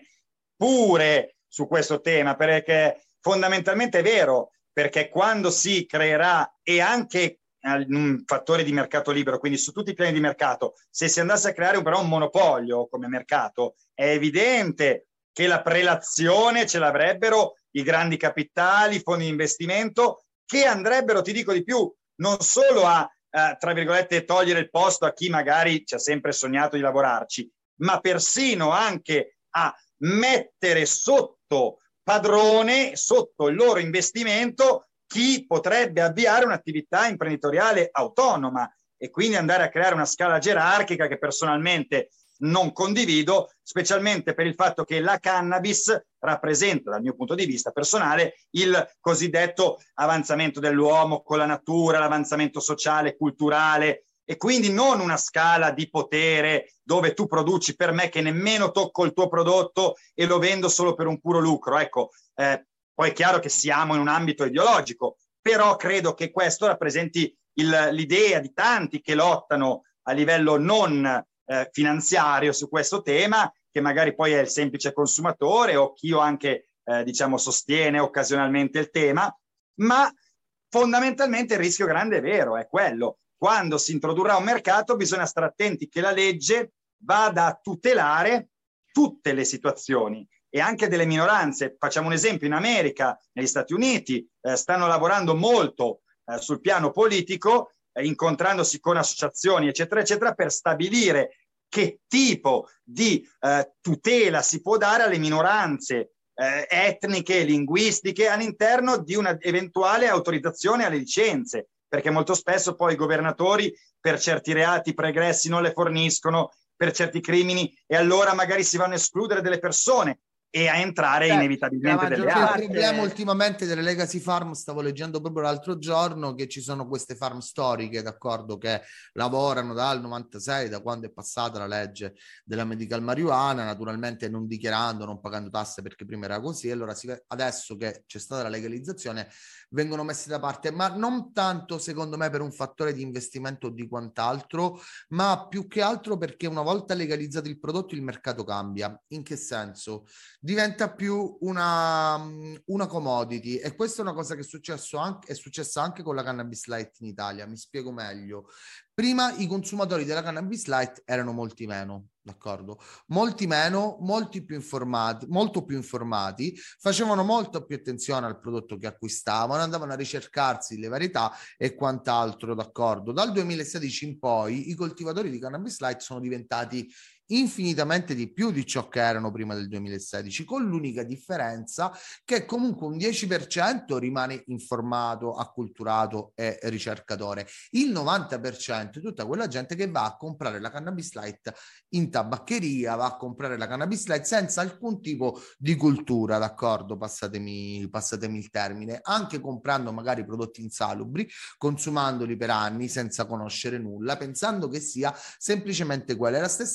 pure su questo tema, perché fondamentalmente è vero, perché quando si creerà, e anche un fattore di mercato libero, quindi su tutti i piani di mercato, se si andasse a creare un, però un monopolio come mercato, è evidente che la prelazione ce l'avrebbero i grandi capitali, i fondi di investimento, che andrebbero, ti dico di più, non solo a, eh, tra virgolette, togliere il posto a chi magari ci ha sempre sognato di lavorarci, ma persino anche a mettere sotto padrone, sotto il loro investimento, chi potrebbe avviare un'attività imprenditoriale autonoma, e quindi andare a creare una scala gerarchica che personalmente non condivido, specialmente per il fatto che la cannabis rappresenta, dal mio punto di vista personale, il cosiddetto avanzamento dell'uomo con la natura, l'avanzamento sociale, culturale, e quindi non una scala di potere dove tu produci per me che nemmeno tocco il tuo prodotto e lo vendo solo per un puro lucro. Ecco, eh, poi è chiaro che siamo in un ambito ideologico, però credo che questo rappresenti il, l'idea di tanti che lottano a livello non eh, finanziario su questo tema, che magari poi è il semplice consumatore o chi o anche eh, diciamo sostiene occasionalmente il tema, ma fondamentalmente il rischio grande è vero, è quello. Quando si introdurrà un mercato bisogna stare attenti che la legge vada a tutelare tutte le situazioni e anche delle minoranze. Facciamo un esempio: in America, negli Stati Uniti, eh, stanno lavorando molto eh, sul piano politico, eh, incontrandosi con associazioni, eccetera, eccetera, per stabilire che tipo di eh, tutela si può dare alle minoranze eh, etniche e linguistiche all'interno di una eventuale autorizzazione alle licenze, perché molto spesso poi i governatori per certi reati pregressi non le forniscono, per certi crimini, e allora magari si vanno a escludere delle persone e a entrare eh, inevitabilmente delle altre. Il problema ultimamente delle legacy farm, stavo leggendo proprio l'altro giorno, che ci sono queste farm storiche, d'accordo, che lavorano dal novantasei, da quando è passata la legge della medical marijuana, naturalmente non dichiarando, non pagando tasse, perché prima era così. Allora si, adesso che c'è stata la legalizzazione vengono messi da parte, ma non tanto secondo me per un fattore di investimento o di quant'altro, ma più che altro perché una volta legalizzato il prodotto il mercato cambia. In che senso? Diventa più una, una commodity, e questa è una cosa che è, successo anche, è successa anche con la cannabis light in Italia. Mi spiego meglio. Prima i consumatori della cannabis light erano molti meno, d'accordo? Molti meno, molti più informati, molto più informati, facevano molto più attenzione al prodotto che acquistavano, andavano a ricercarsi le varietà e quant'altro, d'accordo? Dal duemilasedici in poi i coltivatori di cannabis light sono diventati infinitamente di più di ciò che erano prima del duemilasedici, con l'unica differenza che comunque un dieci per cento rimane informato, acculturato e ricercatore. Il novanta per cento è tutta quella gente che va a comprare la cannabis light in tabaccheria, va a comprare la cannabis light senza alcun tipo di cultura, d'accordo? Passatemi, passatemi il termine, anche comprando magari prodotti insalubri, consumandoli per anni senza conoscere nulla, pensando che sia semplicemente quella. È la stessa cosa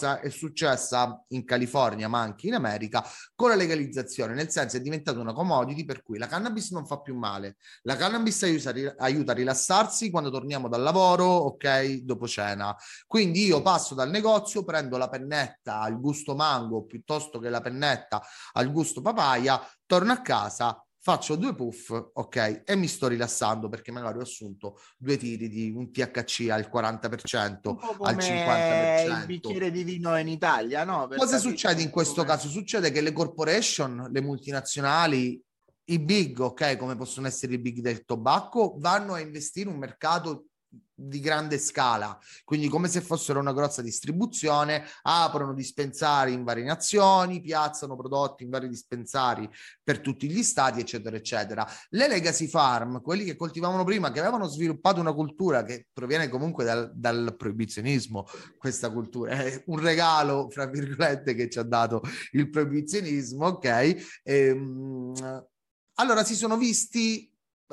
cosa è successa in California, ma anche in America, con la legalizzazione, nel senso è diventata una commodity per cui la cannabis non fa più male, la cannabis aiuta, aiuta a rilassarsi quando torniamo dal lavoro, ok, dopo cena. Quindi io passo dal negozio, prendo la pennetta al gusto mango piuttosto che la pennetta al gusto papaya, torno a casa, faccio due puff, ok, e mi sto rilassando perché magari ho assunto due tiri di un T H C al quaranta per cento, al cinquanta per cento. Il bicchiere di vino in Italia, no? Per Cosa capire, succede in questo come... caso? Succede che le corporation, le multinazionali, i big, ok, come possono essere i big del tobacco, vanno a investire in un mercato di grande scala, quindi come se fossero una grossa distribuzione, aprono dispensari in varie nazioni, piazzano prodotti in vari dispensari per tutti gli stati, eccetera eccetera. Le legacy farm, quelli che coltivavano prima, che avevano sviluppato una cultura che proviene comunque dal, dal proibizionismo, questa cultura è un regalo fra virgolette che ci ha dato il proibizionismo, ok, ehm, allora si sono visti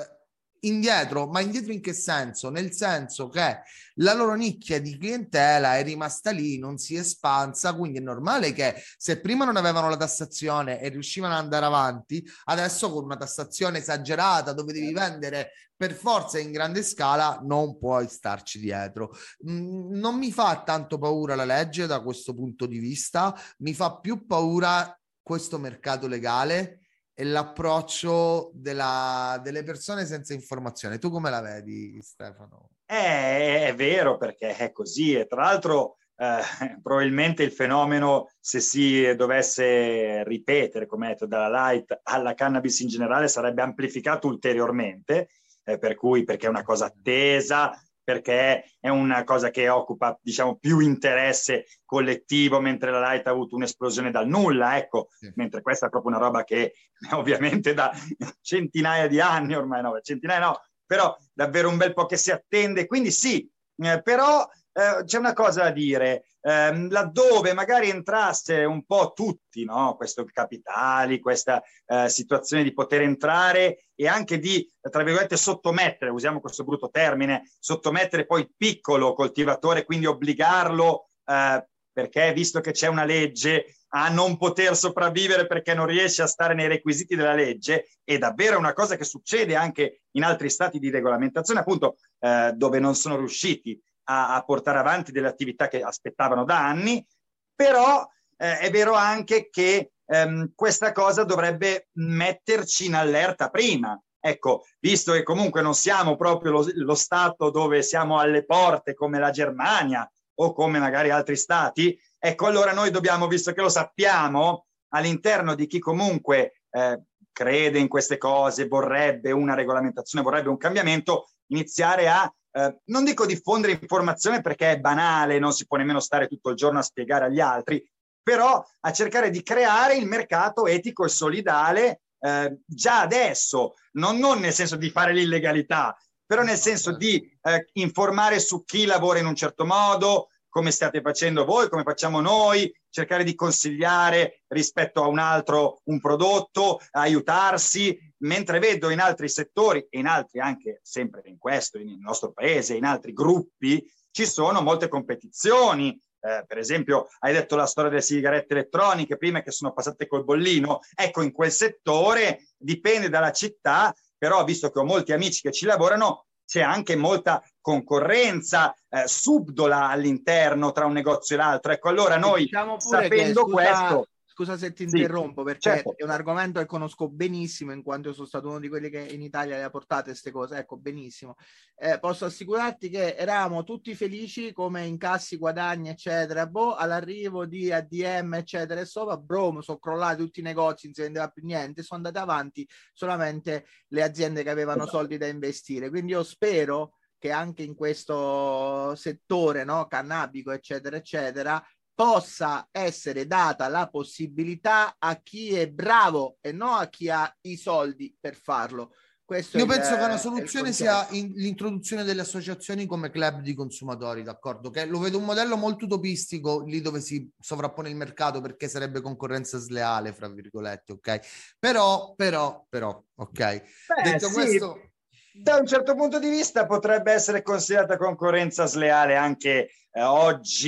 indietro, ma indietro in che senso? Nel senso che la loro nicchia di clientela è rimasta lì, non si è espansa, quindi è normale che se prima non avevano la tassazione e riuscivano ad andare avanti, adesso con una tassazione esagerata dove devi vendere per forza in grande scala non puoi starci dietro. Mm, non mi fa tanto paura la legge da questo punto di vista, mi fa più paura questo mercato legale e l'approccio della, delle persone senza informazione. Tu come la vedi, Stefano? È, è vero, perché è così. E tra l'altro eh, probabilmente il fenomeno, se si dovesse ripetere, come detto, dalla light alla cannabis in generale, sarebbe amplificato ulteriormente, eh, per cui perché è una cosa attesa, perché è una cosa che occupa, diciamo, più interesse collettivo, mentre la light ha avuto un'esplosione dal nulla, ecco, sì. Mentre questa è proprio una roba che ovviamente da centinaia di anni ormai, no, centinaia no, però davvero un bel po' che si attende, quindi sì, eh, però eh, c'è una cosa da dire, eh, laddove magari entrasse un po' tutti, no? Questo capitali, questa eh, situazione di poter entrare e anche di, tra virgolette, sottomettere, usiamo questo brutto termine, sottomettere poi il piccolo coltivatore, quindi obbligarlo, eh, perché visto che c'è una legge, a non poter sopravvivere perché non riesce a stare nei requisiti della legge, è davvero una cosa che succede anche in altri stati di regolamentazione, appunto, eh, dove non sono riusciti a, a portare avanti delle attività che aspettavano da anni, però eh, è vero anche che ehm, questa cosa dovrebbe metterci in allerta prima. Ecco, visto che comunque non siamo proprio lo, lo stato dove siamo alle porte come la Germania o come magari altri stati, ecco, allora noi dobbiamo, visto che lo sappiamo, all'interno di chi comunque eh, crede in queste cose, vorrebbe una regolamentazione, vorrebbe un cambiamento, iniziare a, eh, non dico diffondere informazione perché è banale, non si può nemmeno stare tutto il giorno a spiegare agli altri, però a cercare di creare il mercato etico e solidale eh, già adesso, non, non nel senso di fare l'illegalità, però nel senso di eh, informare su chi lavora in un certo modo, come state facendo voi, come facciamo noi, cercare di consigliare rispetto a un altro un prodotto, aiutarsi, mentre vedo in altri settori e in altri anche sempre in questo, nel nostro paese, in altri gruppi, ci sono molte competizioni. Eh, per esempio, hai detto la storia delle sigarette elettroniche prima che sono passate col bollino. Ecco, in quel settore dipende dalla città, però visto che ho molti amici che ci lavorano, c'è anche molta concorrenza eh, subdola all'interno tra un negozio e l'altro. Ecco, allora noi, diciamo pure sapendo che, scusa, questo... Scusa se ti sì, interrompo, perché certo. È un argomento che conosco benissimo, in quanto io sono stato uno di quelli che in Italia le ha portate queste cose, ecco, benissimo. Eh, posso assicurarti che eravamo tutti felici come incassi, guadagni, eccetera, boh, all'arrivo di A D M, eccetera, e sopra, bro, sono crollati tutti i negozi, non si vendeva più niente, sono andate avanti solamente le aziende che avevano esatto. soldi da investire. Quindi io spero che anche in questo settore, no, cannabico, eccetera, eccetera, possa essere data la possibilità a chi è bravo e non a chi ha i soldi per farlo. Questo Io è penso il, che una soluzione è sia in, l'introduzione delle associazioni come club di consumatori, d'accordo? Che lo vedo un modello molto utopistico lì dove si sovrappone il mercato perché sarebbe concorrenza sleale, fra virgolette, ok? Però, però, però, ok? Beh, Detto sì. questo... Da un certo punto di vista potrebbe essere considerata concorrenza sleale anche eh, oggi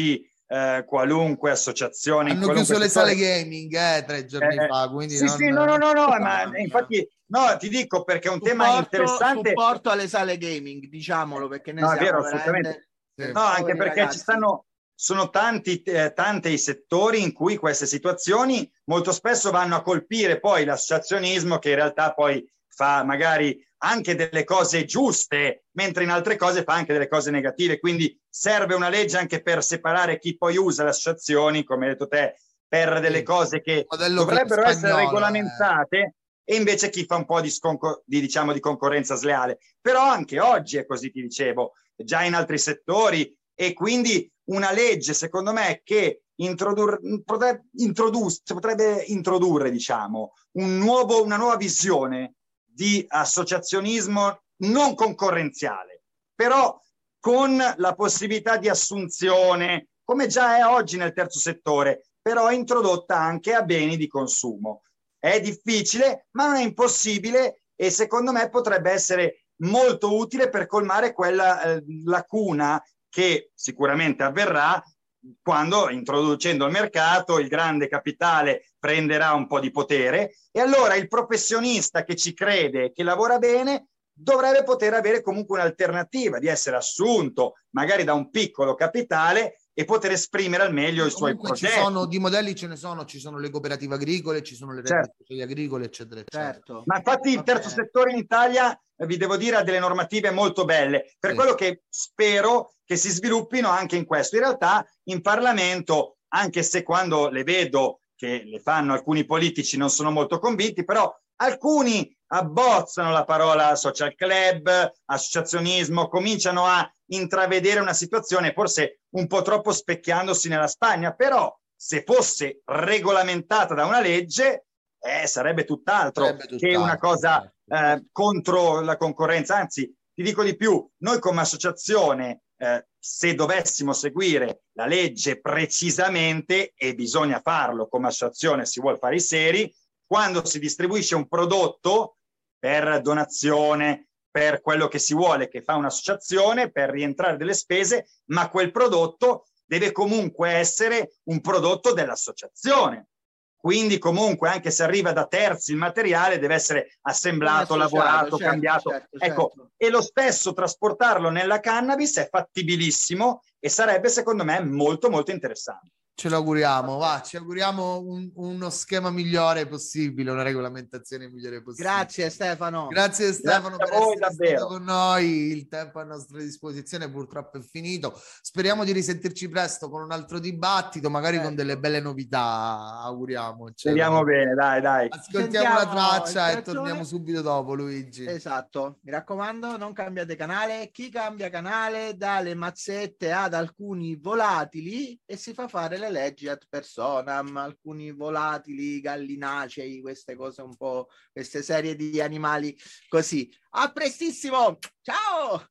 eh, qualunque associazione. Hanno qualunque chiuso le settore. sale gaming eh, tre giorni Eh, fa, quindi sì, non... sì, no, no, no, no, ma Mamma infatti, no, ti dico perché è un tema supporto, interessante. supporto alle sale gaming, diciamolo, perché noi No, è siamo vero, veramente assolutamente. dei No, anche poveri perché ragazzi. ci stanno, sono tanti, eh, tanti i settori in cui queste situazioni molto spesso vanno a colpire poi l'associazionismo, che in realtà poi fa magari anche delle cose giuste, mentre in altre cose fa anche delle cose negative. Quindi serve una legge anche per separare chi poi usa le associazioni, come hai detto te, per delle Sì. cose che Modello dovrebbero essere spagnolo, regolamentate, eh. E invece chi fa un po' di, sconcor- di, diciamo, di concorrenza sleale. Però anche oggi è così, ti dicevo, già in altri settori, e quindi una legge, secondo me, che introdurre, potrebbe, introdurre, potrebbe introdurre, diciamo, un nuovo, una nuova visione di associazionismo non concorrenziale, però con la possibilità di assunzione, come già è oggi nel terzo settore, però introdotta anche a beni di consumo. È difficile, ma non è impossibile, e secondo me potrebbe essere molto utile per colmare quella eh, lacuna che sicuramente avverrà quando, introducendo il mercato, il grande capitale prenderà un po' di potere, e allora il professionista che ci crede, che lavora bene, dovrebbe poter avere comunque un'alternativa di essere assunto magari da un piccolo capitale e poter esprimere al meglio i suoi comunque progetti. ci sono di modelli, ce ne sono, ci sono le cooperative agricole, ci sono le reti certo. sociali agricole, eccetera, eccetera. Certo. Ma infatti il terzo settore in Italia, eh, vi devo dire, ha delle normative molto belle, per sì. quello che spero che si sviluppino anche in questo. In realtà in Parlamento, anche se quando le vedo che le fanno alcuni politici non sono molto convinti, però alcuni abbozzano la parola social club, associazionismo, cominciano a intravedere una situazione forse un po' troppo specchiandosi nella Spagna, però se fosse regolamentata da una legge eh, sarebbe tutt'altro Sarebbe tutt'altro, che una cosa certo. eh, contro la concorrenza. Anzi, ti dico di più, noi come associazione, eh, se dovessimo seguire la legge precisamente, e bisogna farlo come associazione, si vuol fare i seri, quando si distribuisce un prodotto per donazione, per quello che si vuole che fa un'associazione, per rientrare delle spese, ma quel prodotto deve comunque essere un prodotto dell'associazione. Quindi comunque, anche se arriva da terzi il materiale, deve essere assemblato, lavorato, certo, cambiato. certo, ecco, certo. E lo stesso trasportarlo nella cannabis è fattibilissimo e sarebbe, secondo me, molto molto interessante. Ce lo auguriamo, va, ci auguriamo un, uno schema migliore possibile, una regolamentazione migliore possibile. Grazie Stefano. Grazie Stefano Grazie per a voi, essere davvero. stato con noi, il tempo a nostra disposizione purtroppo è finito, speriamo di risentirci presto con un altro dibattito, magari certo. con delle belle novità, auguriamo. Speriamo bene, dai, dai. Ascoltiamo la traccia e torniamo subito dopo, Luigi. Esatto, mi raccomando, non cambiate canale. Chi cambia canale dà le mazzette ad alcuni volatili e si fa fare le leggi ad personam, alcuni volatili, gallinacei, queste cose un po', queste serie di animali così. A prestissimo, ciao!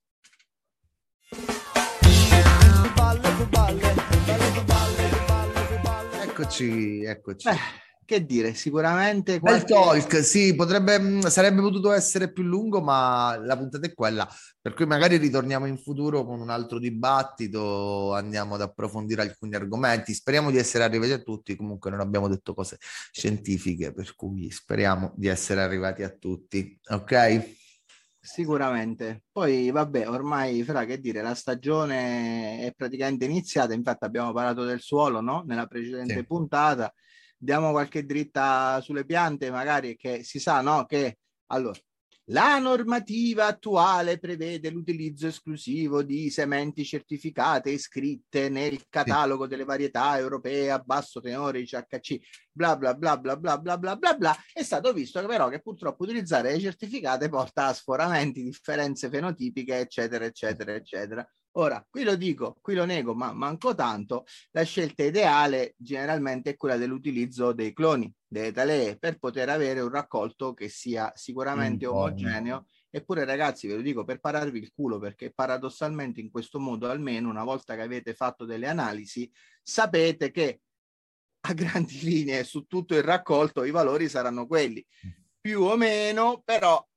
Eccoci, eccoci. Eh. Che dire, sicuramente qualche... qualche... talk, sì, potrebbe, sarebbe potuto essere più lungo, ma la puntata è quella, per cui magari ritorniamo in futuro con un altro dibattito, andiamo ad approfondire alcuni argomenti, speriamo di essere arrivati a tutti, comunque non abbiamo detto cose scientifiche, per cui speriamo di essere arrivati a tutti, ok? Sicuramente. Poi vabbè, ormai fra che dire, la stagione è praticamente iniziata, infatti abbiamo parlato del suolo, no? Nella precedente sì. puntata. Diamo qualche dritta sulle piante, magari, che si sa, no? Che allora la normativa attuale prevede l'utilizzo esclusivo di sementi certificate iscritte nel catalogo sì. delle varietà europee a basso tenore I C H C, bla bla bla bla bla bla bla bla bla. È stato visto che però che purtroppo utilizzare le certificate porta a sforamenti, differenze fenotipiche, eccetera, eccetera, eccetera. Ora, qui lo dico, qui lo nego, ma manco tanto, la scelta ideale generalmente è quella dell'utilizzo dei cloni, delle talee, per poter avere un raccolto che sia sicuramente mm, omogeneo. Oh. Eppure ragazzi, ve lo dico per pararvi il culo, perché paradossalmente in questo modo, almeno una volta che avete fatto delle analisi, sapete che a grandi linee su tutto il raccolto i valori saranno quelli, più o meno, però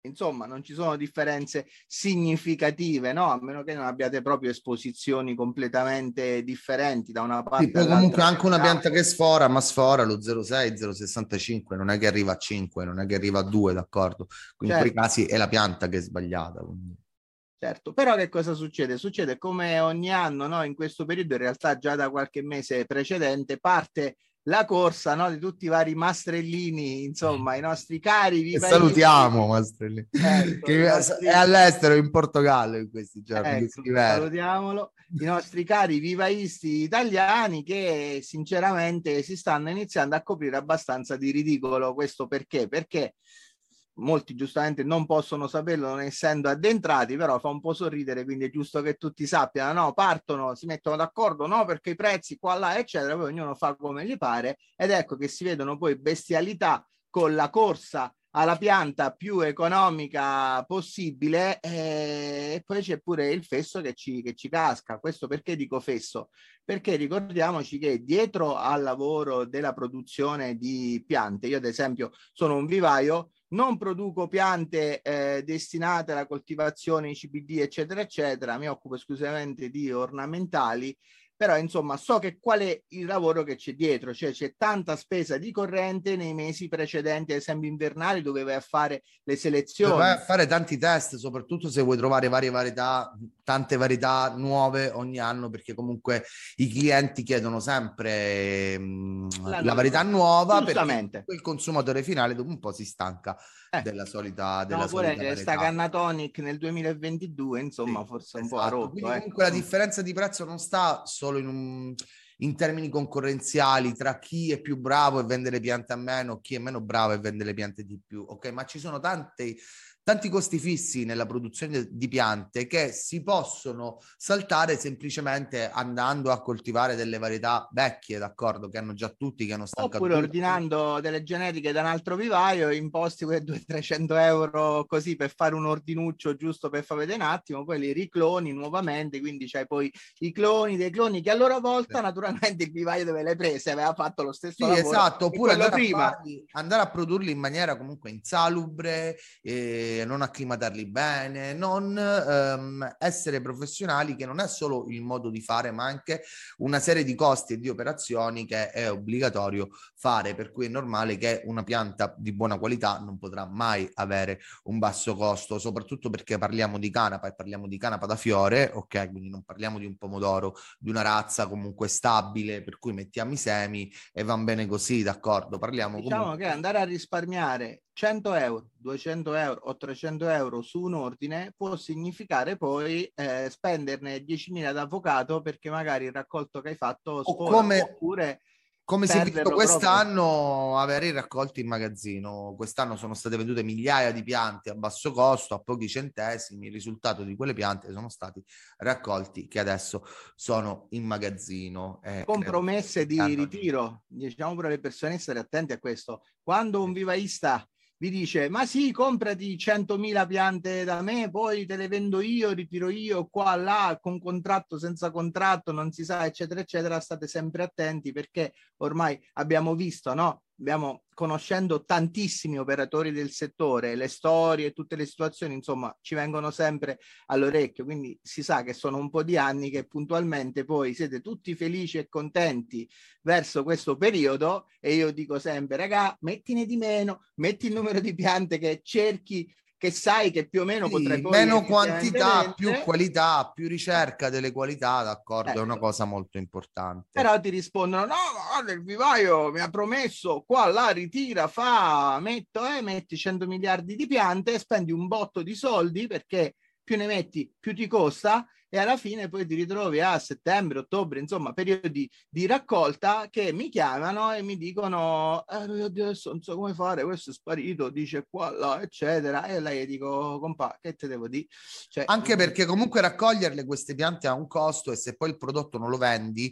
insomma non ci sono differenze significative, no? A meno che non abbiate proprio esposizioni completamente differenti da una parte sì, poi all'altra. comunque anche una pianta che sfora, ma sfora lo zero virgola sei, zero virgola sessantacinque, non è che arriva a cinque, non è che arriva a due, d'accordo? Quindi certo. in quei casi è la pianta che è sbagliata. Quindi. Certo, però che cosa succede? Succede come ogni anno, no? In questo periodo, in realtà già da qualche mese precedente, parte la corsa, no? Di tutti i vari mastrellini, insomma, i nostri cari vivaisti. Salutiamo Mastrellini, ecco, che nostri... è all'estero, in Portogallo in questi giorni. Ecco, salutiamolo, i nostri cari vivaisti italiani che sinceramente si stanno iniziando a coprire abbastanza di ridicolo. Questo perché? Perché molti giustamente non possono saperlo non essendo addentrati, però fa un po' sorridere, quindi è giusto che tutti sappiano, no? Partono, si mettono d'accordo, no? Perché i prezzi qua, là, eccetera, poi ognuno fa come gli pare, ed ecco che si vedono poi bestialità con la corsa alla pianta più economica possibile, eh, e poi c'è pure il fesso che ci, che ci casca. Questo perché dico fesso? Perché ricordiamoci che dietro al lavoro della produzione di piante, io ad esempio sono un vivaio, non produco piante eh, destinate alla coltivazione C B D, eccetera, eccetera, mi occupo esclusivamente di ornamentali, però insomma so che qual è il lavoro che c'è dietro, cioè c'è tanta spesa di corrente nei mesi precedenti, ad esempio invernali, dove vai a fare le selezioni. Vai a fare tanti test, soprattutto se vuoi trovare varie varietà, tante varietà nuove ogni anno, perché comunque i clienti chiedono sempre mh, la, la varietà nuova, perché il consumatore finale dopo un po' si stanca eh, della solita, della no, solita pure sta Cannatonic nel duemilaventidue, insomma, sì, forse un esatto. po' ha rotto. Quindi comunque ecco. La differenza di prezzo non sta solo in un... in termini concorrenziali tra chi è più bravo e vende le piante a meno, chi è meno bravo e vende le piante di più, ok? Ma ci sono tanti, tanti costi fissi nella produzione di piante che si possono saltare semplicemente andando a coltivare delle varietà vecchie, d'accordo? Che hanno già tutti, che hanno stancato oppure tutti. ordinando delle genetiche da un altro vivaio, imposti quei duecento trecento euro così per fare un ordinuccio giusto per far vedere un attimo, poi li ricloni nuovamente, quindi c'hai poi i cloni dei cloni che a loro volta sì. naturalmente il vivaio dove le prese aveva fatto lo stesso sì, lavoro. Esatto, oppure andare prima. A, farli, andare a produrli in maniera comunque insalubre, eh, non acclimatarli bene, non ehm, essere professionali, che non è solo il modo di fare, ma anche una serie di costi e di operazioni che è obbligatorio fare, per cui è normale che una pianta di buona qualità non potrà mai avere un basso costo, soprattutto perché parliamo di canapa e parliamo di canapa da fiore, ok? Quindi non parliamo di un pomodoro di una razza comunque stabile, per cui mettiamo i semi e van bene così, d'accordo? Parliamo diciamo comunque... che andare a risparmiare cento euro, duecento euro o trecento euro su un ordine può significare poi eh, spenderne diecimila d'avvocato perché magari il raccolto che hai fatto sfora, o come... oppure Come si è visto quest'anno, avere i raccolti in magazzino. Quest'anno sono state vendute migliaia di piante a basso costo, a pochi centesimi. Il risultato di quelle piante sono stati raccolti che adesso sono in magazzino. Eh, con promesse di ritiro. Diciamo pure alle persone essere attenti a questo. Quando un vivaista vi dice ma sì, comprati centomila piante da me, poi te le vendo io, ritiro io, qua, là, con contratto, senza contratto, non si sa, eccetera, eccetera, state sempre attenti perché ormai abbiamo visto, no? Abbiamo, conoscendo tantissimi operatori del settore, le storie e tutte le situazioni, insomma, ci vengono sempre all'orecchio, quindi si sa che sono un po' di anni che puntualmente poi siete tutti felici e contenti verso questo periodo e io dico sempre, raga, mettine di meno, metti il numero di piante che cerchi, che sai che più o meno sì, potrai poi meno quantità, vendere. più qualità, più ricerca delle qualità, d'accordo, ecco. È una cosa molto importante. Però ti rispondono, no, guarda, il vivaio mi ha promesso, qua, là, ritira, fa, metto, eh, metti cento miliardi di piante, spendi un botto di soldi perché più ne metti, più ti costa e alla fine poi ti ritrovi a settembre, ottobre, insomma, periodi di raccolta che mi chiamano e mi dicono eh, adesso non so come fare, questo è sparito, dice qua, là, eccetera. E lei gli dico, compà, che te devo dire? Cioè, anche perché comunque raccoglierle queste piante ha un costo e se poi il prodotto non lo vendi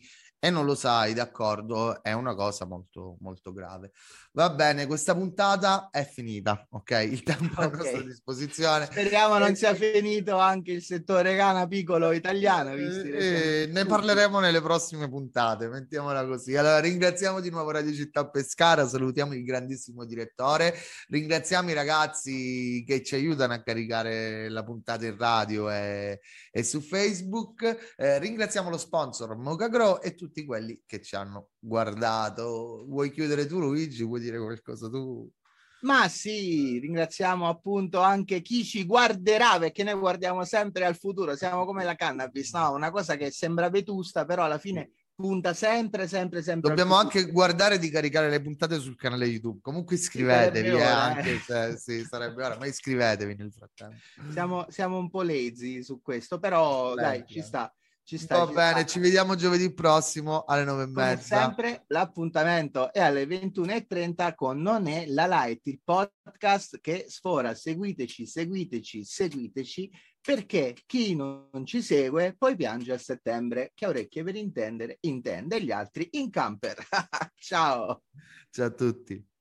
e non lo sai, d'accordo, è una cosa molto, molto grave. Va bene, questa puntata è finita, ok? Il tempo a Ok. nostra disposizione. Speriamo non E- sia finito anche il settore cana piccolo italiano, visti i Eh, recenti eh, ne scoop. parleremo nelle prossime puntate, mettiamola così. Allora, ringraziamo di nuovo Radio Città Pescara, salutiamo il grandissimo direttore, ringraziamo i ragazzi che ci aiutano a caricare la puntata in radio e, e su Facebook, eh, ringraziamo lo sponsor Mocagro e tutti quelli che ci hanno guardato. Vuoi chiudere tu, Luigi? Vuoi dire qualcosa tu? Ma sì, ringraziamo appunto anche chi ci guarderà, perché noi guardiamo sempre al futuro, siamo come la cannabis, no? Una cosa che sembra vetusta, però alla fine punta sempre, sempre, sempre Dobbiamo al anche futuro. guardare di caricare le puntate sul canale YouTube. Comunque Sì, iscrivetevi, sarebbe eh, ora, anche eh. se sì, sarebbe ora, ma iscrivetevi nel frattempo. Siamo, siamo un po' lazy su questo, però dai, Lenti, ci eh. sta, ci sta, Va ci bene, sta. ci vediamo giovedì prossimo alle nove e Come mezza. sempre, l'appuntamento è alle ventuno e trenta con Non è la Light, il podcast che sfora. Seguiteci, seguiteci, seguiteci, perché chi non ci segue poi piange a settembre. Che ha orecchie per intendere, intende, gli altri in camper. Ciao! Ciao a tutti.